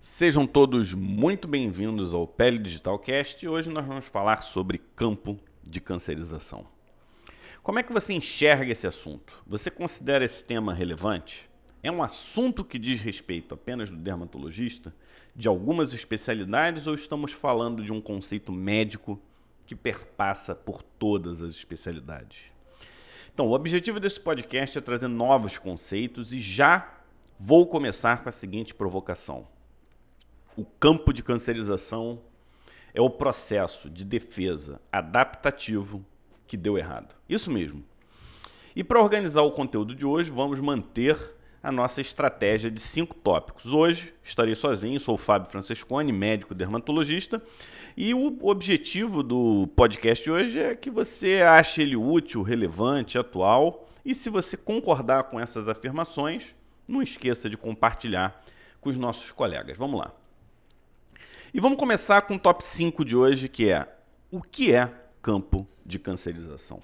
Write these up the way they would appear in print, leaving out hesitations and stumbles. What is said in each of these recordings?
Sejam todos muito bem-vindos ao Pele Digital Cast e hoje nós vamos falar sobre campo de cancerização. Como é que você enxerga esse assunto? Você considera esse tema relevante? É um assunto que diz respeito apenas do dermatologista, de algumas especialidades, ou estamos falando de um conceito médico que perpassa por todas as especialidades? Então, o objetivo desse podcast é trazer novos conceitos e já vou começar com a seguinte provocação. O campo de cancerização é o processo de defesa adaptativo que deu errado. Isso mesmo. E para organizar o conteúdo de hoje, vamos manter a nossa estratégia de 5 tópicos. Hoje estarei sozinho, sou o Fábio Francesconi, médico dermatologista, e o objetivo do podcast de hoje é que você ache ele útil, relevante, atual, e se você concordar com essas afirmações, não esqueça de compartilhar com os nossos colegas. Vamos lá. E vamos começar com o top 5 de hoje, que é o que é campo de cancerização.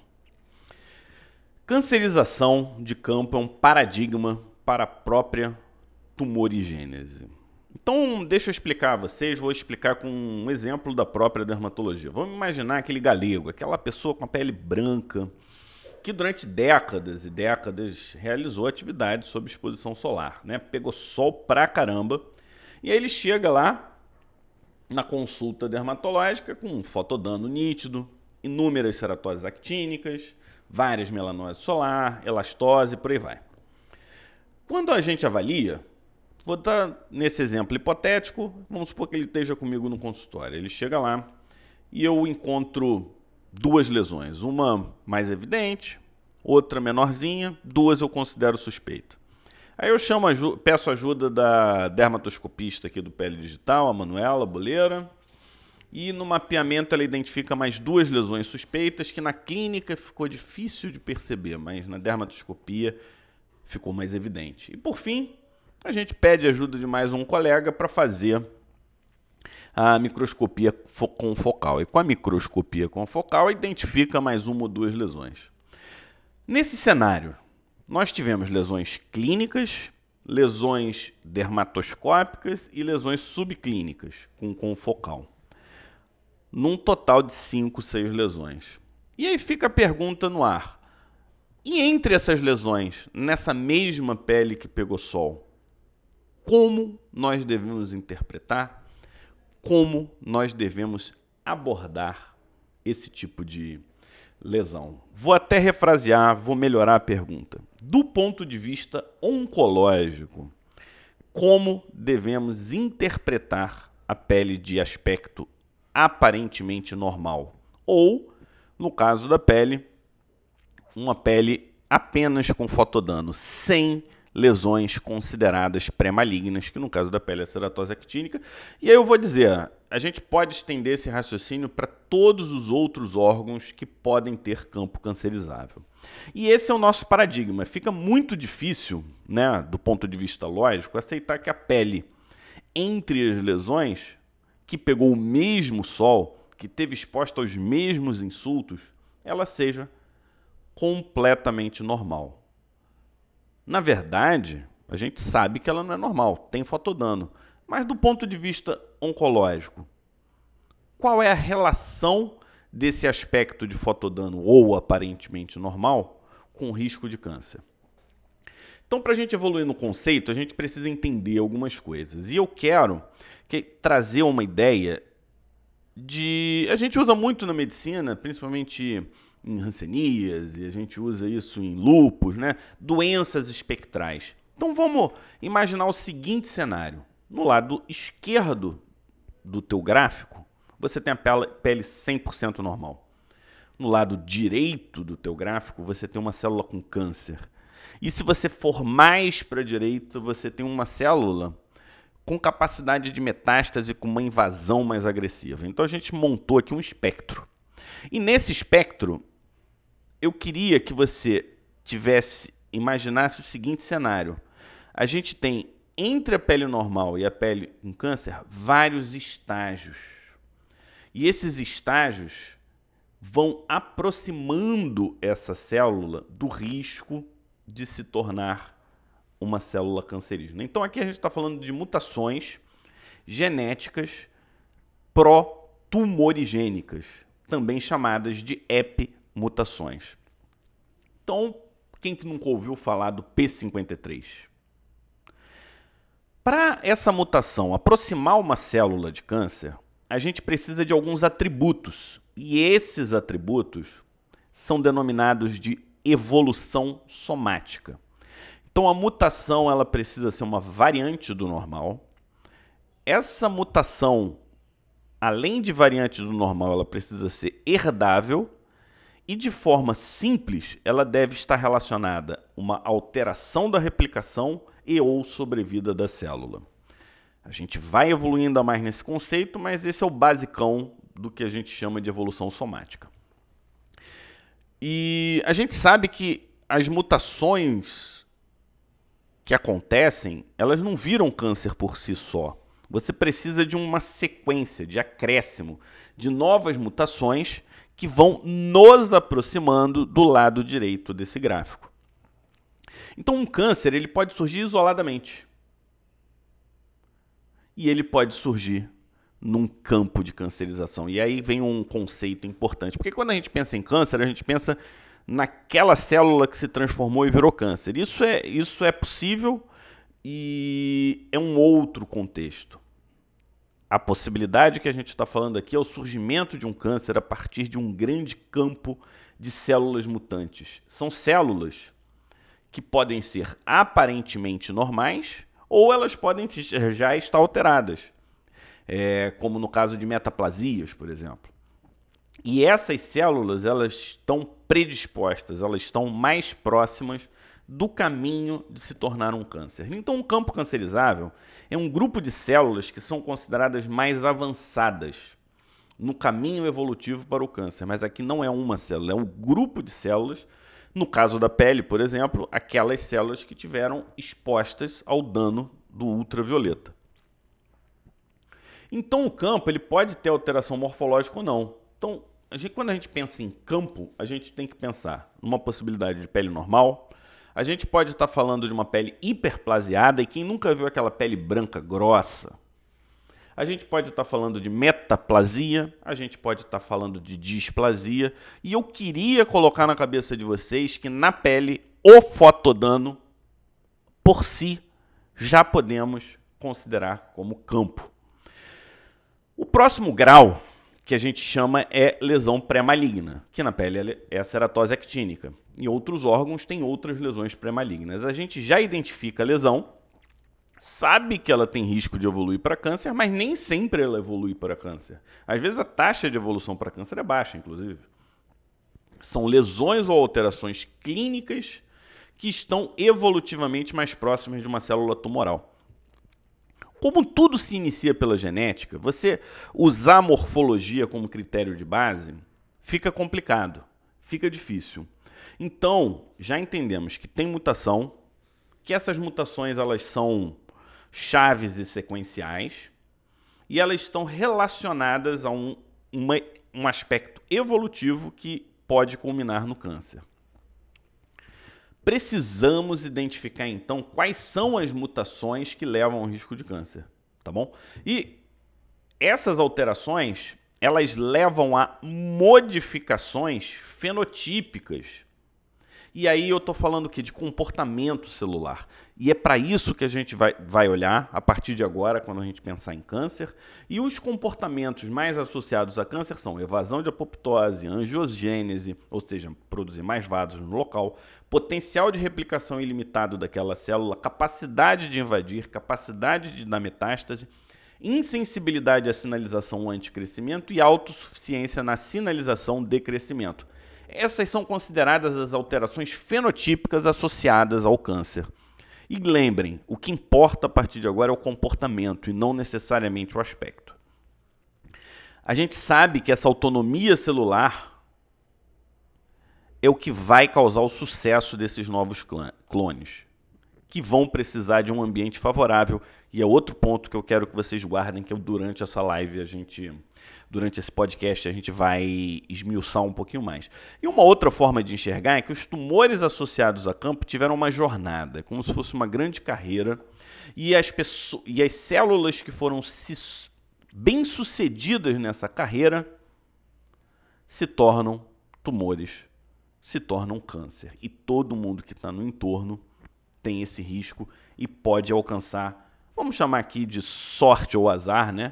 Cancerização de campo é um paradigma para a própria tumorigênese. Então, deixa eu explicar a vocês, vou explicar com um exemplo da própria dermatologia. Vamos imaginar aquele galego, aquela pessoa com a pele branca, que durante décadas e décadas realizou atividades sob exposição solar, né? Pegou sol pra caramba, e aí ele chega lá na consulta dermatológica com um fotodano nítido, inúmeras ceratoses actínicas, várias melanoses solar, elastose, por aí vai. Quando a gente avalia, vou dar nesse exemplo hipotético, vamos supor que ele esteja comigo no consultório. Ele chega lá e eu encontro 2 lesões, uma mais evidente, outra menorzinha, 2 eu considero suspeito. Aí eu peço ajuda da dermatoscopista aqui do Pele Digital, a Manuela Boleira, e no mapeamento ela identifica mais 2 lesões suspeitas que na clínica ficou difícil de perceber, mas na dermatoscopia ficou mais evidente. E por fim, a gente pede ajuda de mais um colega para fazer a microscopia com focal. E com a microscopia com focal identifica mais 1 ou 2 lesões. Nesse cenário, nós tivemos lesões clínicas, lesões dermatoscópicas e lesões subclínicas com focal. Num total de 5, 6 lesões. E aí fica a pergunta no ar. E entre essas lesões, nessa mesma pele que pegou sol, como nós devemos interpretar? Como nós devemos abordar esse tipo de lesão? Vou até refrasear, vou melhorar a pergunta. Do ponto de vista oncológico, como devemos interpretar a pele de aspecto aparentemente normal? Ou, no caso da pele, uma pele apenas com fotodano, sem lesões consideradas pré-malignas, que no caso da pele é a ceratose actínica. E aí eu vou dizer, a gente pode estender esse raciocínio para todos os outros órgãos que podem ter campo cancerizável. E esse é o nosso paradigma. Fica muito difícil, né, do ponto de vista lógico, aceitar que a pele, entre as lesões, que pegou o mesmo sol, que teve exposta aos mesmos insultos, ela seja completamente normal. Na verdade, a gente sabe que ela não é normal, tem fotodano. Mas do ponto de vista oncológico, qual é a relação desse aspecto de fotodano ou aparentemente normal com o risco de câncer? Então, para a gente evoluir no conceito, a gente precisa entender algumas coisas. E eu quero trazer uma ideia de... A gente usa muito na medicina, principalmente em hanseníase, a gente usa isso em lúpus, né? Doenças espectrais. Então vamos imaginar o seguinte cenário. No lado esquerdo do teu gráfico, você tem a pele 100% normal. No lado direito do teu gráfico, você tem uma célula com câncer. E se você for mais para a direita, você tem uma célula com capacidade de metástase, com uma invasão mais agressiva. Então a gente montou aqui um espectro. E nesse espectro, eu queria que você imaginasse o seguinte cenário. A gente tem, entre a pele normal e a pele com câncer, vários estágios. E esses estágios vão aproximando essa célula do risco de se tornar uma célula cancerígena. Então aqui a gente está falando de mutações genéticas pró-tumorigênicas, também chamadas de epimutações. Então, quem que nunca ouviu falar do P53? Para essa mutação aproximar uma célula de câncer, a gente precisa de alguns atributos. E esses atributos são denominados de evolução somática. Então, a mutação ela precisa ser uma variante do normal. Essa mutação, além de variante do normal, ela precisa ser herdável. E de forma simples, ela deve estar relacionada a uma alteração da replicação e ou sobrevida da célula. A gente vai evoluindo a mais nesse conceito, mas esse é o basicão do que a gente chama de evolução somática. E a gente sabe que as mutações que acontecem, elas não viram câncer por si só. Você precisa de uma sequência, de acréscimo, de novas mutações que vão nos aproximando do lado direito desse gráfico. Então, um câncer ele pode surgir isoladamente. E ele pode surgir num campo de cancerização. E aí vem um conceito importante. Porque quando a gente pensa em câncer, a gente pensa naquela célula que se transformou e virou câncer. Isso é possível e é um outro contexto. A possibilidade que a gente está falando aqui é o surgimento de um câncer a partir de um grande campo de células mutantes. São células que podem ser aparentemente normais ou elas podem já estar alteradas, como no caso de metaplasias, por exemplo. E essas células elas estão predispostas, elas estão mais próximas do caminho de se tornar um câncer. Então, um campo cancerizável é um grupo de células que são consideradas mais avançadas no caminho evolutivo para o câncer. Mas aqui não é uma célula, é um grupo de células. No caso da pele, por exemplo, aquelas células que tiveram expostas ao dano do ultravioleta. Então, o campo ele pode ter alteração morfológica ou não. Então, quando a gente pensa em campo, a gente tem que pensar numa possibilidade de pele normal. A gente pode estar falando de uma pele hiperplasiada, e quem nunca viu aquela pele branca grossa? A gente pode estar falando de metaplasia, a gente pode estar falando de displasia, e eu queria colocar na cabeça de vocês que na pele o fotodano, por si, já podemos considerar como campo. O próximo grau que a gente chama é lesão pré-maligna, que na pele é a ceratose actínica. Em outros órgãos tem outras lesões pré-malignas. A gente já identifica a lesão, sabe que ela tem risco de evoluir para câncer, mas nem sempre ela evolui para câncer. Às vezes a taxa de evolução para câncer é baixa, inclusive. São lesões ou alterações clínicas que estão evolutivamente mais próximas de uma célula tumoral. Como tudo se inicia pela genética, você usar a morfologia como critério de base fica complicado, fica difícil. Então, já entendemos que tem mutação, que essas mutações elas são chaves e sequenciais, e elas estão relacionadas a um aspecto evolutivo que pode culminar no câncer. Precisamos identificar, então, quais são as mutações que levam ao risco de câncer, tá bom? E essas alterações, elas levam a modificações fenotípicas. E aí eu estou falando o quê? De comportamento celular. E é para isso que a gente vai olhar a partir de agora, quando a gente pensar em câncer. E os comportamentos mais associados a câncer são evasão de apoptose, angiogênese, ou seja, produzir mais vasos no local, potencial de replicação ilimitado daquela célula, capacidade de invadir, capacidade de dar metástase, insensibilidade à sinalização anticrescimento e autossuficiência na sinalização de crescimento. Essas são consideradas as alterações fenotípicas associadas ao câncer. E lembrem, o que importa a partir de agora é o comportamento e não necessariamente o aspecto. A gente sabe que essa autonomia celular é o que vai causar o sucesso desses novos clones, que vão precisar de um ambiente favorável. E é outro ponto que eu quero que vocês guardem, que durante essa live, durante esse podcast, a gente vai esmiuçar um pouquinho mais. E uma outra forma de enxergar é que os tumores associados a campo tiveram uma jornada, como se fosse uma grande carreira, e as células que foram bem-sucedidas nessa carreira se tornam tumores, se tornam câncer. E todo mundo que está no entorno tem esse risco e pode alcançar, vamos chamar aqui de sorte ou azar, né?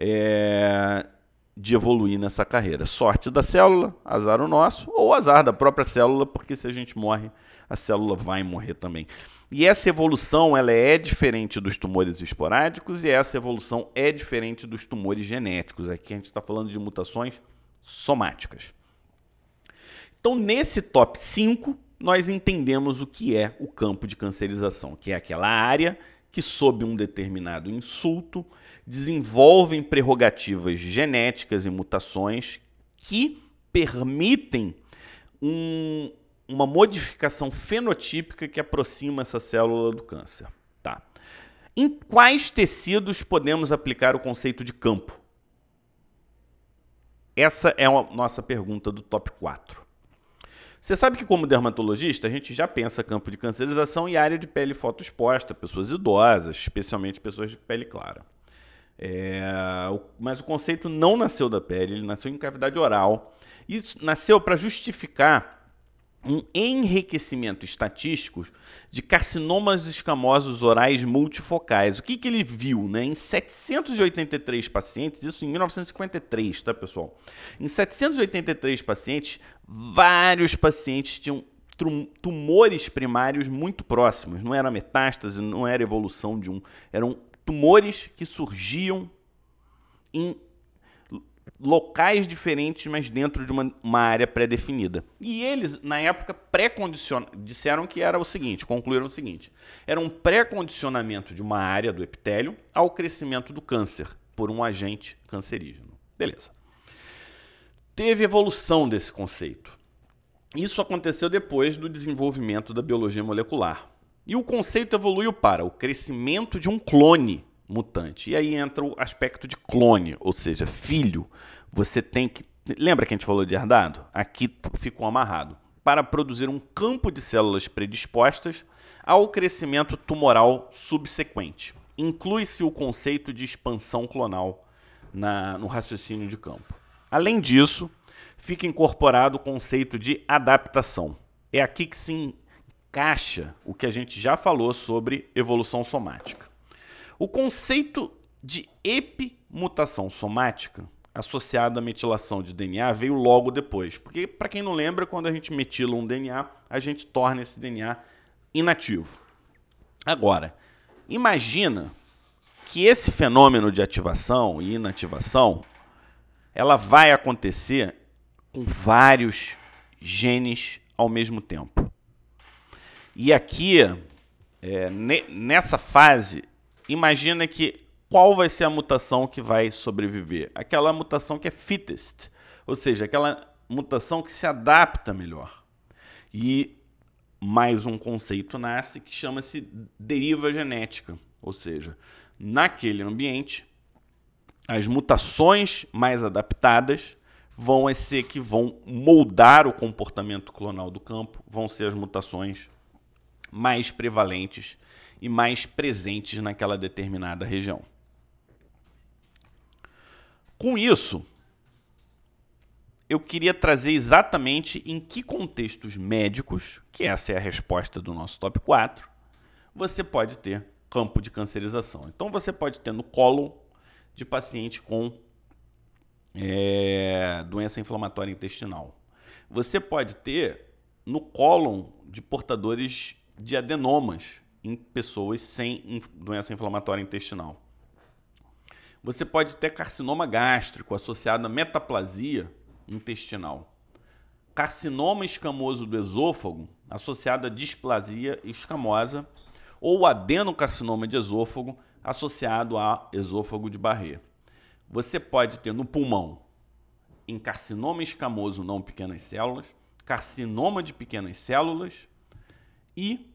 De evoluir nessa carreira. Sorte da célula, azar o nosso, ou azar da própria célula, porque se a gente morre, a célula vai morrer também. E essa evolução ela é diferente dos tumores esporádicos e essa evolução é diferente dos tumores genéticos. Aqui a gente está falando de mutações somáticas. Então, nesse top 5, nós entendemos o que é o campo de cancerização, que é aquela área que, sob um determinado insulto, desenvolvem prerrogativas genéticas e mutações que permitem uma modificação fenotípica que aproxima essa célula do câncer. Tá. Em quais tecidos podemos aplicar o conceito de campo? Essa é a nossa pergunta do top 4. Você sabe que, como dermatologista, a gente já pensa campo de cancerização e área de pele fotoexposta, pessoas idosas, especialmente pessoas de pele clara. Mas o conceito não nasceu da pele, ele nasceu em cavidade oral. Isso nasceu para justificar um enriquecimento estatístico de carcinomas escamosos orais multifocais. O que ele viu, né? Em 783 pacientes, isso em 1953, tá, pessoal? Em 783 pacientes, vários pacientes tinham tumores primários muito próximos. Não era metástase, não era evolução de eram tumores que surgiam em locais diferentes, mas dentro de uma área pré-definida. E eles, na época, disseram que era o seguinte, concluíram o seguinte: era um pré-condicionamento de uma área do epitélio ao crescimento do câncer por um agente cancerígeno. Beleza. Teve evolução desse conceito. Isso aconteceu depois do desenvolvimento da biologia molecular. E o conceito evoluiu para o crescimento de um clone mutante. E aí entra o aspecto de clone, ou seja, filho. Você tem que... Lembra que a gente falou de herdado? Aqui ficou amarrado. Para produzir um campo de células predispostas ao crescimento tumoral subsequente. Inclui-se o conceito de expansão clonal no raciocínio de campo. Além disso, fica incorporado o conceito de adaptação. É aqui que se encaixa o que a gente já falou sobre evolução somática. O conceito de epimutação somática, associado à metilação de DNA, veio logo depois. Porque, para quem não lembra, quando a gente metila um DNA, a gente torna esse DNA inativo. Agora, imagina que esse fenômeno de ativação e inativação, ela vai acontecer com vários genes ao mesmo tempo. E aqui, nessa fase, imagina que qual vai ser a mutação que vai sobreviver? Aquela mutação que é fittest, ou seja, aquela mutação que se adapta melhor. E mais um conceito nasce que chama-se deriva genética, ou seja, naquele ambiente, as mutações mais adaptadas vão ser que vão moldar o comportamento clonal do campo, vão ser as mutações mais prevalentes e mais presentes naquela determinada região. Com isso, eu queria trazer exatamente em que contextos médicos, que essa é a resposta do nosso top 4, você pode ter campo de cancerização. Então, você pode ter no cólon de paciente com doença inflamatória intestinal. Você pode ter no cólon de portadores de adenomas em pessoas sem doença inflamatória intestinal. Você pode ter carcinoma gástrico associado a metaplasia intestinal. Carcinoma escamoso do esôfago associado a displasia escamosa ou adenocarcinoma de esôfago associado a esôfago de Barré. Você pode ter no pulmão em carcinoma escamoso não pequenas células, carcinoma de pequenas células e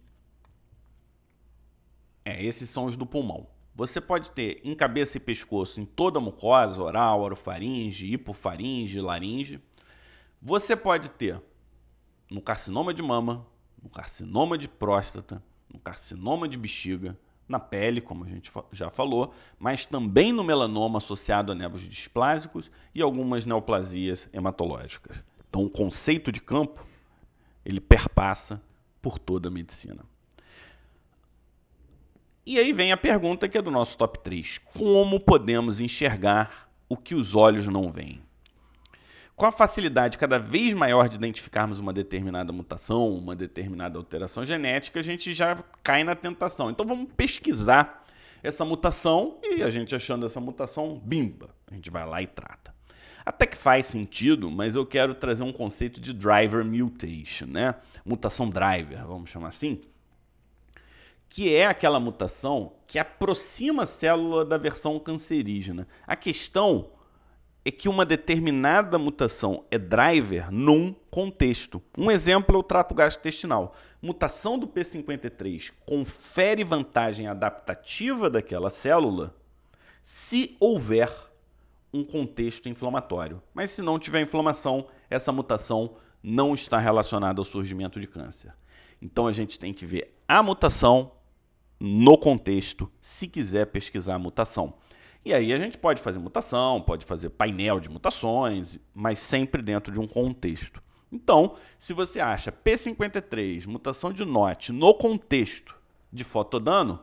esses são os do pulmão. Você pode ter em cabeça e pescoço em toda a mucosa, oral, orofaringe, hipofaringe, laringe. Você pode ter no carcinoma de mama, no carcinoma de próstata, no carcinoma de bexiga, na pele, como a gente já falou, mas também no melanoma associado a nervos displásicos e algumas neoplasias hematológicas. Então, o conceito de campo, ele perpassa por toda a medicina. E aí vem a pergunta que é do nosso top 3. Como podemos enxergar o que os olhos não veem? Com a facilidade cada vez maior de identificarmos uma determinada mutação, uma determinada alteração genética, a gente já cai na tentação. Então vamos pesquisar essa mutação e a gente achando essa mutação, bimba, a gente vai lá e trata. Até que faz sentido, mas eu quero trazer um conceito de driver mutation, né? Mutação driver, vamos chamar assim, que é aquela mutação que aproxima a célula da versão cancerígena. A questão é que uma determinada mutação é driver num contexto. Um exemplo é o trato gastrointestinal. Mutação do P53 confere vantagem adaptativa daquela célula se houver um contexto inflamatório. Mas se não tiver inflamação, essa mutação não está relacionada ao surgimento de câncer. Então a gente tem que ver a mutação no contexto, se quiser pesquisar a mutação. E aí a gente pode fazer mutação, pode fazer painel de mutações, mas sempre dentro de um contexto. Então, se você acha P53, mutação de NOT, no contexto de fotodano,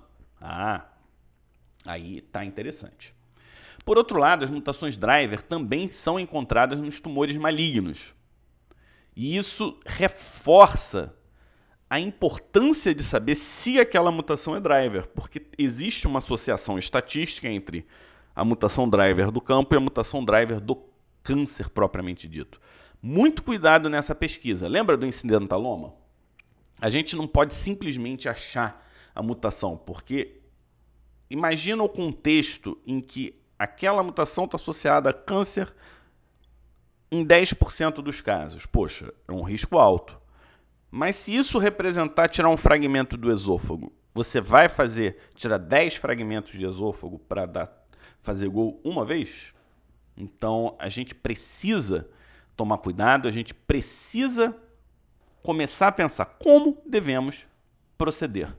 aí está interessante. Por outro lado, as mutações driver também são encontradas nos tumores malignos. E isso reforça a importância de saber se aquela mutação é driver, porque existe uma associação estatística entre a mutação driver do campo e a mutação driver do câncer propriamente dito. Muito cuidado nessa pesquisa. Lembra do incidentaloma? A gente não pode simplesmente achar a mutação, porque imagina o contexto em que aquela mutação está associada a câncer em 10% dos casos. Poxa, é um risco alto. Mas se isso representar tirar um fragmento do esôfago, você vai tirar 10 fragmentos de esôfago para fazer gol uma vez? Então a gente precisa tomar cuidado, a gente precisa começar a pensar como devemos proceder.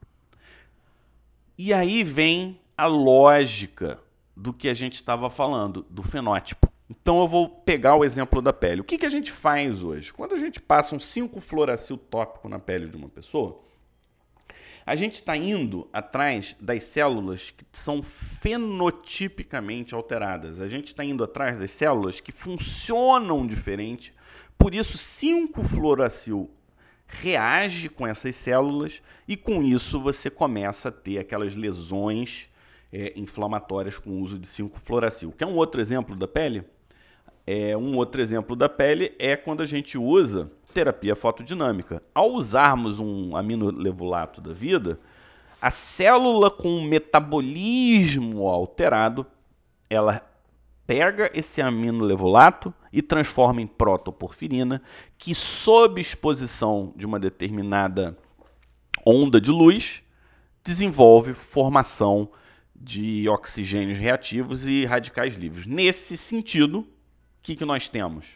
E aí vem a lógica do que a gente estava falando, do fenótipo. Então eu vou pegar o exemplo da pele. O que a gente faz hoje? Quando a gente passa um 5-fluoracil tópico na pele de uma pessoa, a gente está indo atrás das células que são fenotipicamente alteradas. A gente está indo atrás das células que funcionam diferente. Por isso, 5-fluoracil reage com essas células e com isso você começa a ter aquelas lesões inflamatórias com o uso de 5-fluoracil. Quer um outro exemplo da pele? Um outro exemplo da pele é quando a gente usa terapia fotodinâmica. Ao usarmos um aminolevulato da vida, a célula com metabolismo alterado, ela pega esse aminolevulato e transforma em protoporfirina, que sob exposição de uma determinada onda de luz, desenvolve formação de oxigênios reativos e radicais livres. Nesse sentido, o que nós temos?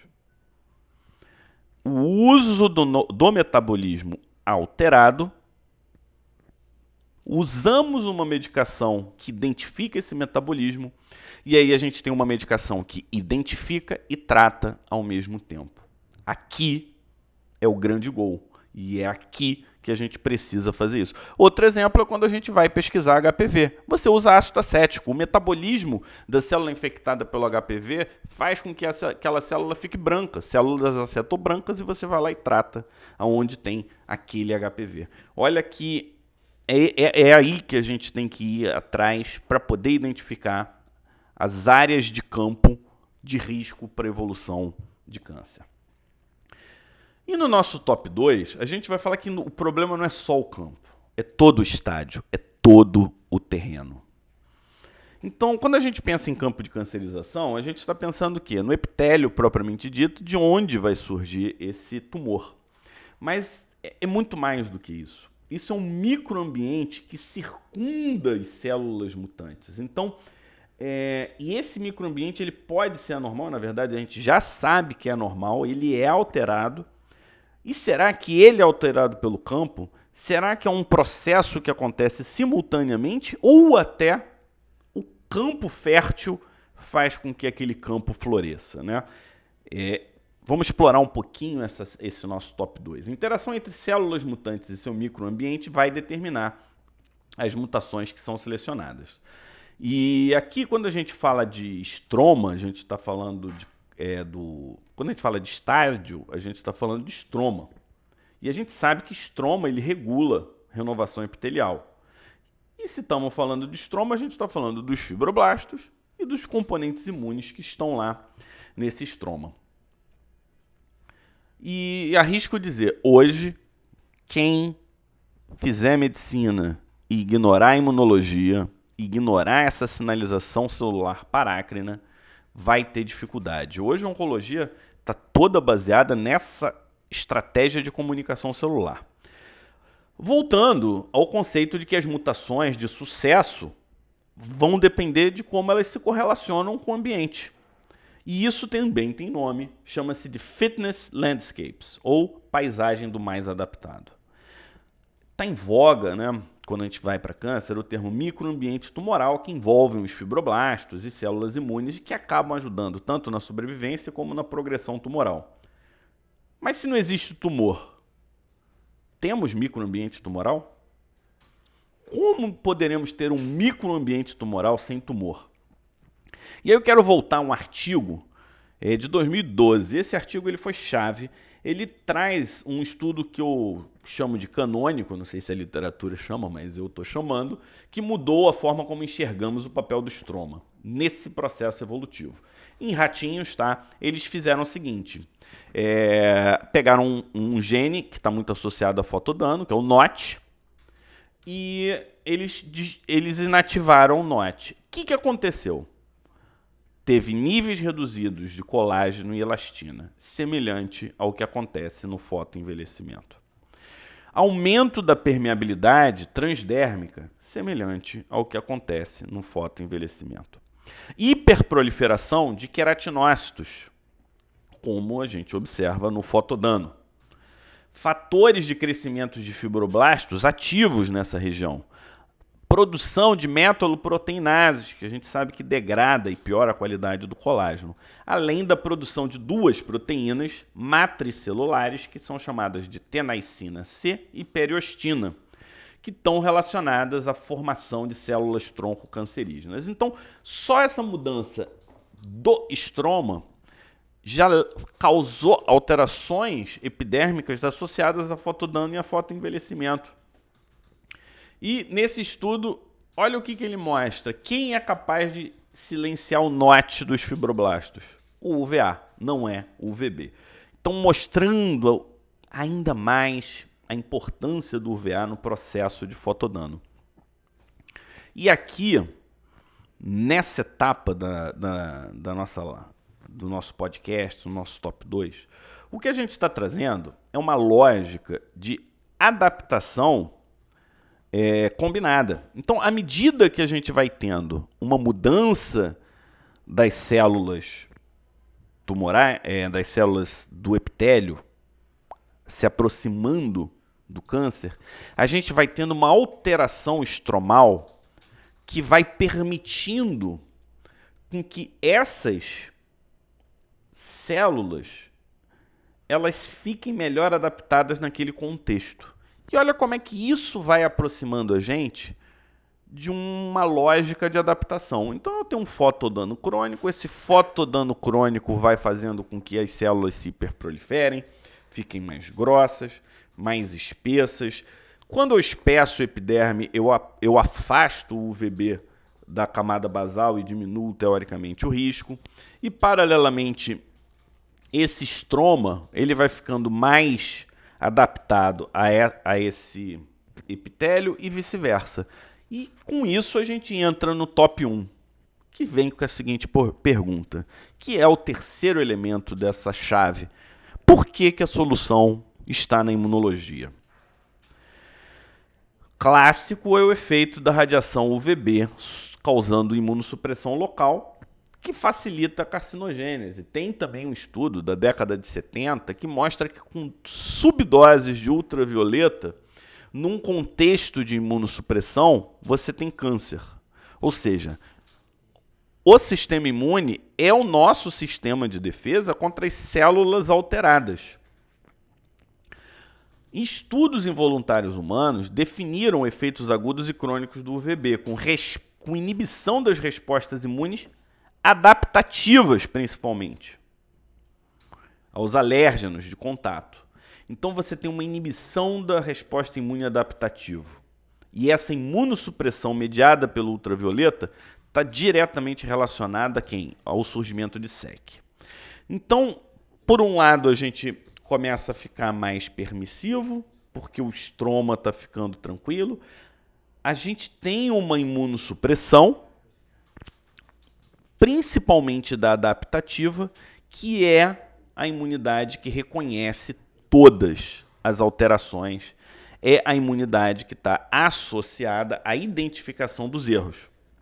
O uso do metabolismo alterado, usamos uma medicação que identifica esse metabolismo, e aí a gente tem uma medicação que identifica e trata ao mesmo tempo. Aqui é o grande gol, e é aqui que a gente precisa fazer isso. Outro exemplo é quando a gente vai pesquisar HPV. Você usa ácido acético. O metabolismo da célula infectada pelo HPV faz com que aquela célula fique branca, células acetobrancas, e você vai lá e trata aonde tem aquele HPV. Olha que é aí que a gente tem que ir atrás para poder identificar as áreas de campo de risco para evolução de câncer. E no nosso top 2, a gente vai falar que o problema não é só o campo, é todo o estádio, é todo o terreno. Então, quando a gente pensa em campo de cancerização, a gente está pensando o quê? No epitélio propriamente dito, de onde vai surgir esse tumor. Mas é muito mais do que isso. Isso é um microambiente que circunda as células mutantes. Então, e esse microambiente ele pode ser anormal, na verdade a gente já sabe que é anormal, ele é alterado. E será que ele é alterado pelo campo? Será que é um processo que acontece simultaneamente ou até o campo fértil faz com que aquele campo floresça, né? Vamos explorar um pouquinho esse nosso top 2. A interação entre células mutantes e seu microambiente vai determinar as mutações que são selecionadas. E aqui, quando a gente fala de estroma, a gente está falando quando a gente fala de estádio, a gente está falando de estroma. E a gente sabe que estroma ele regula renovação epitelial. E se estamos falando de estroma, a gente está falando dos fibroblastos e dos componentes imunes que estão lá nesse estroma. E arrisco dizer, hoje, quem fizer medicina e ignorar a imunologia, ignorar essa sinalização celular parácrina, vai ter dificuldade. Hoje a oncologia está toda baseada nessa estratégia de comunicação celular. Voltando ao conceito de que as mutações de sucesso vão depender de como elas se correlacionam com o ambiente. E isso também tem nome, chama-se de Fitness Landscapes, ou paisagem do mais adaptado. Está em voga, né, quando a gente vai para câncer, o termo microambiente tumoral, que envolve os fibroblastos e células imunes que acabam ajudando tanto na sobrevivência como na progressão tumoral. Mas se não existe tumor, temos microambiente tumoral? Como poderemos ter um microambiente tumoral sem tumor? E aí eu quero voltar a um artigo de 2012. Esse artigo ele foi chave. Ele traz um estudo que eu chamo de canônico, não sei se a literatura chama, mas eu estou chamando, que mudou a forma como enxergamos o papel do estroma nesse processo evolutivo. Em ratinhos, tá? Eles fizeram o seguinte, pegaram um gene que está muito associado a fotodano, que é o NOT, e eles inativaram o NOT. O que aconteceu? Teve níveis reduzidos de colágeno e elastina, semelhante ao que acontece no fotoenvelhecimento. Aumento da permeabilidade transdérmica, semelhante ao que acontece no fotoenvelhecimento. Hiperproliferação de queratinócitos, como a gente observa no fotodano. Fatores de crescimento de fibroblastos ativos nessa região. Produção de metaloproteinases, que a gente sabe que degrada e piora a qualidade do colágeno, além da produção de duas proteínas matricelulares, que são chamadas de tenaicina C e periostina, que estão relacionadas à formação de células tronco cancerígenas. Então, só essa mudança do estroma já causou alterações epidérmicas associadas a fotodano e a fotoenvelhecimento. E nesse estudo, olha o que ele mostra. Quem é capaz de silenciar o NOT dos fibroblastos? O UVA, não é o UVB. Então, mostrando ainda mais a importância do UVA no processo de fotodano. E aqui, nessa etapa do nosso podcast, do nosso top 2, o que a gente está trazendo é uma lógica de adaptação combinada. Então, à medida que a gente vai tendo uma mudança das células tumorais, das células do epitélio, se aproximando do câncer, a gente vai tendo uma alteração estromal que vai permitindo com que essas células elas fiquem melhor adaptadas naquele contexto. E olha como é que isso vai aproximando a gente de uma lógica de adaptação. Então eu tenho um fotodano crônico, esse fotodano crônico vai fazendo com que as células se hiperproliferem, fiquem mais grossas, mais espessas. Quando eu espesso o epiderme, eu afasto o UVB da camada basal e diminuo teoricamente o risco. E paralelamente, esse estroma ele vai ficando mais adaptado a esse epitélio e vice-versa. E com isso a gente entra no top 1, que vem com a seguinte pergunta, que é o terceiro elemento dessa chave. Por que a solução está na imunologia? Clássico é o efeito da radiação UVB, causando imunossupressão local, que facilita a carcinogênese. Tem também um estudo da década de 70 que mostra que com subdoses de ultravioleta, num contexto de imunossupressão, você tem câncer. Ou seja, o sistema imune é o nosso sistema de defesa contra as células alteradas. Estudos em voluntários humanos definiram efeitos agudos e crônicos do UVB, com inibição das respostas imunes adaptativas, principalmente, aos alérgenos de contato. Então você tem uma inibição da resposta imune adaptativa. E essa imunossupressão mediada pelo ultravioleta está diretamente relacionada a quem? Ao surgimento de SEC. Então, por um lado, a gente começa a ficar mais permissivo, porque o estroma está ficando tranquilo. A gente tem uma imunossupressão, principalmente da adaptativa, que é a imunidade que reconhece todas as alterações, é a imunidade que está associada à identificação dos erros.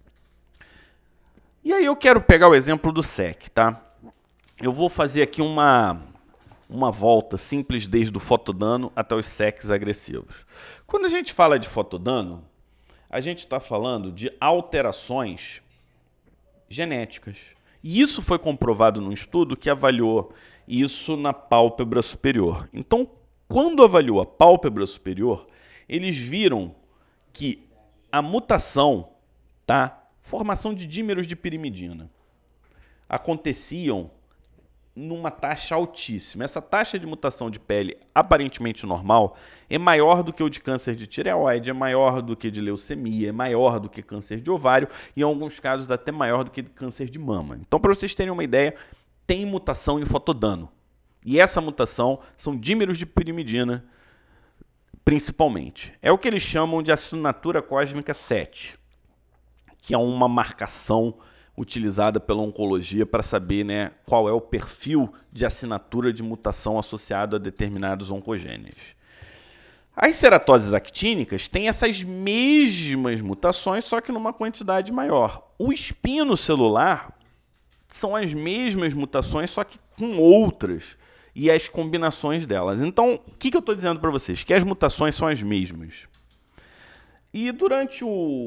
E aí eu quero pegar o exemplo do SEC, tá? Eu vou fazer aqui uma volta simples desde o fotodano até os SECs agressivos. Quando a gente fala de fotodano, a gente está falando de alterações genéticas. E isso foi comprovado num estudo que avaliou isso na pálpebra superior. Então, quando avaliou a pálpebra superior, eles viram que a mutação, tá? Formação de dímeros de pirimidina, aconteciam numa taxa altíssima. Essa taxa de mutação de pele aparentemente normal é maior do que o de câncer de tireoide, é maior do que de leucemia, é maior do que câncer de ovário e em alguns casos até maior do que de câncer de mama. Então, para vocês terem uma ideia, tem mutação em fotodano. E essa mutação são dímeros de pirimidina, principalmente. É o que eles chamam de assinatura cósmica 7, que é uma marcação utilizada pela oncologia para saber, né, qual é o perfil de assinatura de mutação associado a determinados oncogêneos. As ceratoses actínicas têm essas mesmas mutações, só que numa quantidade maior. O espino celular são as mesmas mutações, só que com outras e as combinações delas. Então, o que eu estou dizendo para vocês? Que as mutações são as mesmas. E durante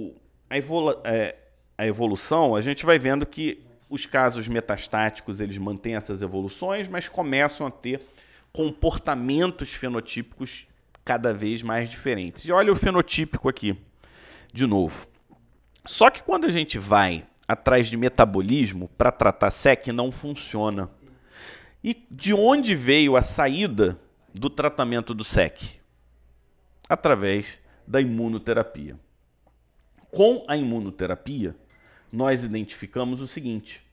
a evolução, a gente vai vendo que os casos metastáticos eles mantêm essas evoluções, mas começam a ter comportamentos fenotípicos cada vez mais diferentes. E olha o fenotípico aqui, de novo. Só que quando a gente vai atrás de metabolismo para tratar SEC, não funciona. E de onde veio a saída do tratamento do SEC? Através da imunoterapia. Com a imunoterapia, nós identificamos o seguinte,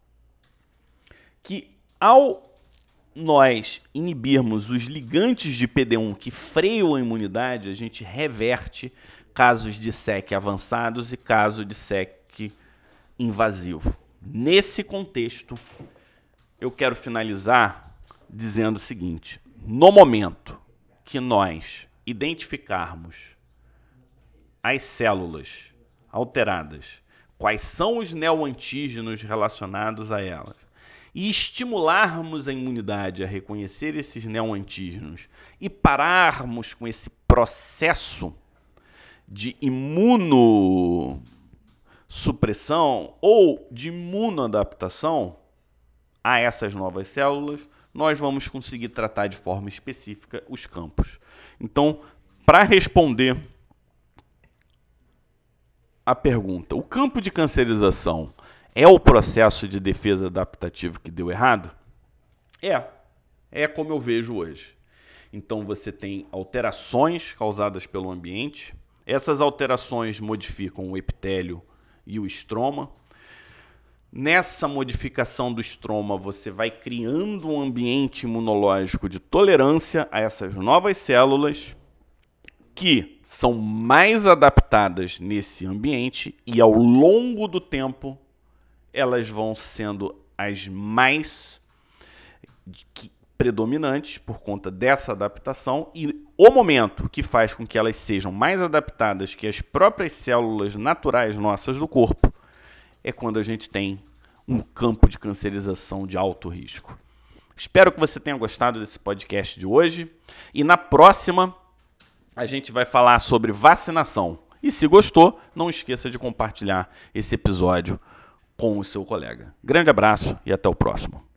que ao nós inibirmos os ligantes de PD-1 que freiam a imunidade, a gente reverte casos de SEC avançados e casos de SEC invasivo. Nesse contexto, eu quero finalizar dizendo o seguinte, no momento que nós identificarmos as células alteradas, quais são os neoantígenos relacionados a elas, e estimularmos a imunidade a reconhecer esses neoantígenos e pararmos com esse processo de imunossupressão ou de imunoadaptação a essas novas células, nós vamos conseguir tratar de forma específica os campos. Então, para responder a pergunta, o campo de cancerização é o processo de defesa adaptativo que deu errado? É como eu vejo hoje. Então você tem alterações causadas pelo ambiente, essas alterações modificam o epitélio e o estroma. Nessa modificação do estroma, você vai criando um ambiente imunológico de tolerância a essas novas células que são mais adaptadas nesse ambiente e, ao longo do tempo, elas vão sendo as mais predominantes por conta dessa adaptação e o momento que faz com que elas sejam mais adaptadas que as próprias células naturais nossas do corpo é quando a gente tem um campo de cancerização de alto risco. Espero que você tenha gostado desse podcast de hoje e na próxima a gente vai falar sobre vacinação. E se gostou, não esqueça de compartilhar esse episódio com o seu colega. Grande abraço e até o próximo.